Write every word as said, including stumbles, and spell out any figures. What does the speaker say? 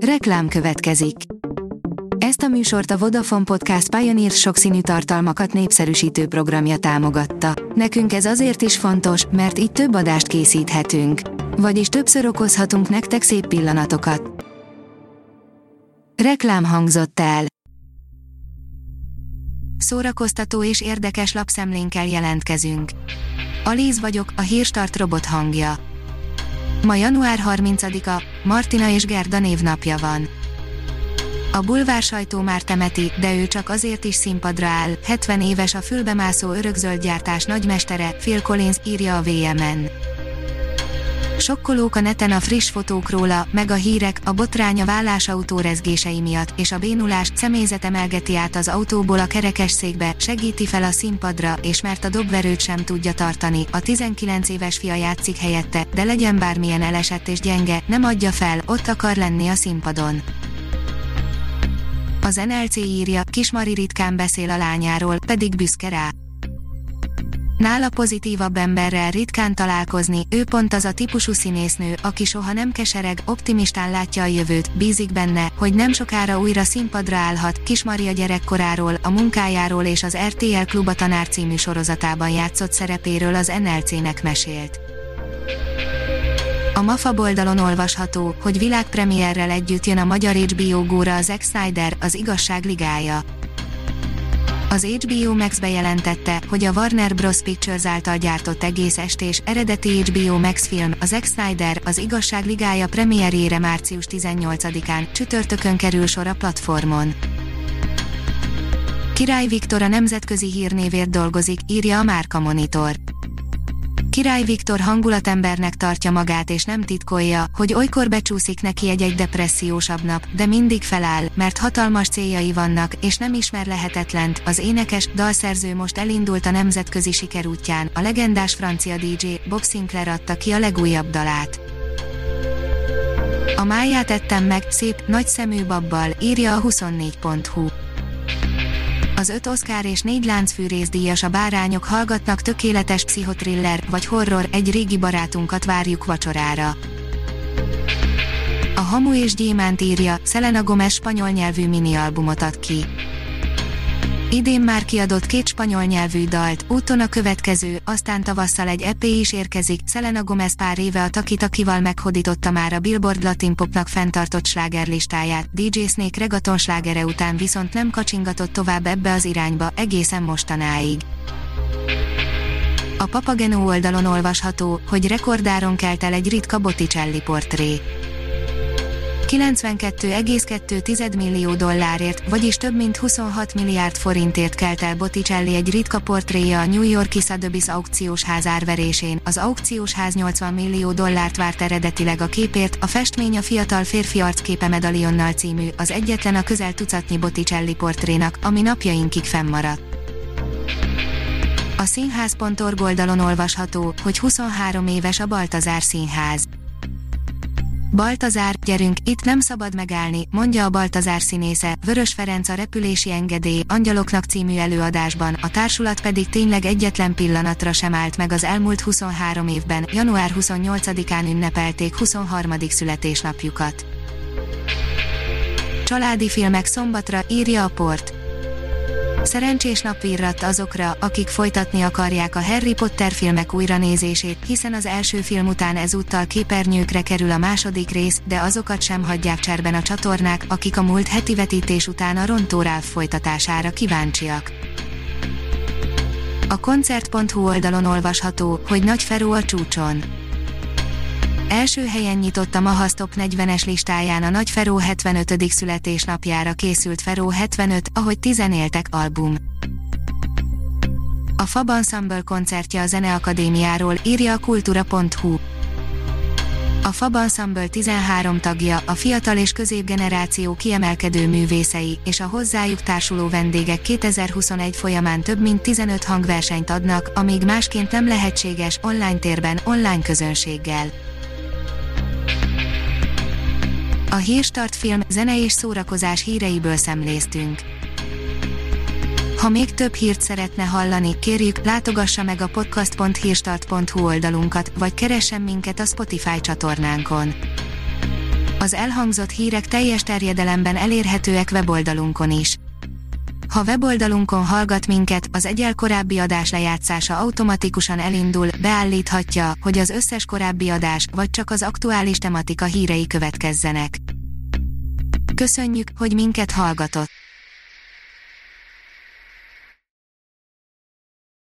Reklám következik. Ezt a műsort a Vodafone Podcast Pioneer sokszínű tartalmakat népszerűsítő programja támogatta. Nekünk ez azért is fontos, mert így több adást készíthetünk. Vagyis többször okozhatunk nektek szép pillanatokat. Reklám hangzott el. Szórakoztató és érdekes lapszemlénkkel jelentkezünk. Alíz vagyok, a Hírstart robot hangja. Ma január harmincadika, Martina és Gerda névnapja van. A bulvár sajtó már temeti, de ő csak azért is színpadra áll, hetven éves a fülbemászó örökzöldgyártás nagymestere, Phil Collins, írja a vé em en. Sokkolók a neten a friss fotók róla, meg a hírek, a botrány a vállásautó rezgései miatt, és a bénulás, személyzet emelgeti át az autóból a kerekesszékbe, segíti fel a színpadra, és mert a dobverőt sem tudja tartani, a tizenkilenc éves fia játszik helyette, de legyen bármilyen elesett és gyenge, nem adja fel, ott akar lenni a színpadon. Az en el cé írja, Kismari ritkán beszél a lányáról, pedig büszke rá. Nála pozitívabb emberrel ritkán találkozni, ő pont az a típusú színésznő, aki soha nem kesereg, optimistán látja a jövőt, bízik benne, hogy nem sokára újra színpadra állhat. Kismari a gyerekkoráról, a munkájáról és az er té el Klub a Tanár című sorozatában játszott szerepéről az en el cének mesélt. A MAFA oldalon olvasható, hogy világpremierrel együtt jön a magyar há bé o Go-ra az Zack Snyder, az Igazság ligája. Az há bé o Max bejelentette, hogy a Warner Bros. Pictures által gyártott egész estés, eredeti há bé o Max film, a Zack Snyder, az Igazság ligája premierjére március tizennyolcadikán, csütörtökön kerül sor a platformon. Király Viktor a nemzetközi hírnévért dolgozik, írja a Márka Monitor. Király Viktor hangulatembernek tartja magát és nem titkolja, hogy olykor becsúszik neki egy-egy depressziósabb nap, de mindig feláll, mert hatalmas céljai vannak, és nem ismer lehetetlent. Az énekes, dalszerző most elindult a nemzetközi sikerútján, a legendás francia dé dzsé, Bob Sinclair adta ki a legújabb dalát. A máját ettem meg, szép, nagy szemű babbal, írja a huszonnégy pont hu. Az öt Oscar és négy láncfűrész díjas a Bárányok hallgatnak tökéletes pszichotriller vagy horror, egy régi barátunkat várjuk vacsorára. A Hamu és Gyémánt írja, Selena Gomez spanyol nyelvű minialbumot ad ki. Idén már kiadott két spanyol nyelvű dalt, úton a következő, aztán tavasszal egy é pé is érkezik. Selena Gomez pár éve a Taki Takival meghódította már a Billboard Latin Popnak fenntartott slágerlistáját, dé dzsé Snake reggaeton slágere után viszont nem kacsingatott tovább ebbe az irányba, egészen mostanáig. A Papageno oldalon olvasható, hogy rekordáron kelt el egy ritka Botticelli portré. kilencvenkettő egész kettő millió dollárért, vagyis több mint huszonhat milliárd forintért kelt el Botticelli egy ritka portréja a New York-i Sotheby's aukciós ház árverésén. Az aukciós ház nyolcvan millió dollárt várt eredetileg a képért, a festmény a Fiatal férfi arcképe medalionnal című, az egyetlen a közel tucatnyi Botticelli portrénak, ami napjainkig fennmaradt. A színház pont org oldalon olvasható, hogy huszonhárom éves a Baltazár Színház. Baltazár, gyerünk, itt nem szabad megállni, mondja a Baltazár színésze. Vörös Ferenc a Repülési engedély, Angyaloknak című előadásban, a társulat pedig tényleg egyetlen pillanatra sem állt meg az elmúlt huszonhárom évben. január huszonnyolcadikán ünnepelték huszonharmadik születésnapjukat. Családi filmek szombatra, írja a Port. Szerencsés nap virradt azokra, akik folytatni akarják a Harry Potter filmek újranézését, hiszen az első film után ezúttal képernyőkre kerül a második rész, de azokat sem hagyják cserben a csatornák, akik a múlt heti vetítés után a Rontó Ralph folytatására kíváncsiak. A koncert pont hu oldalon olvasható, hogy Nagy Feró a csúcson. Első helyen nyitott a Mahasz Top negyvenes listáján a Nagy Feró hetvenötödik születésnapjára készült Feró hetvenöt, ahogy tizen éltek album. A Fab Ensemble koncertje a Zeneakadémiáról, írja a kultúra pont hu. A Fab Ensemble tizenhárom tagja, a fiatal és középgeneráció kiemelkedő művészei, és a hozzájuk társuló vendégek kétezer-huszonegy folyamán több mint tizenöt hangversenyt adnak, amíg másként nem lehetséges, online térben, online közönséggel. A Hírstart film, zene és szórakozás híreiből szemléztünk. Ha még több hírt szeretne hallani, kérjük, látogassa meg a podcast pont hírstart pont hu oldalunkat, vagy keressen minket a Spotify csatornánkon. Az elhangzott hírek teljes terjedelemben elérhetőek weboldalunkon is. Ha weboldalunkon hallgat minket, az egyel korábbi adás lejátszása automatikusan elindul, beállíthatja, hogy az összes korábbi adás, vagy csak az aktuális tematika hírei következzenek. Köszönjük, hogy minket hallgatott!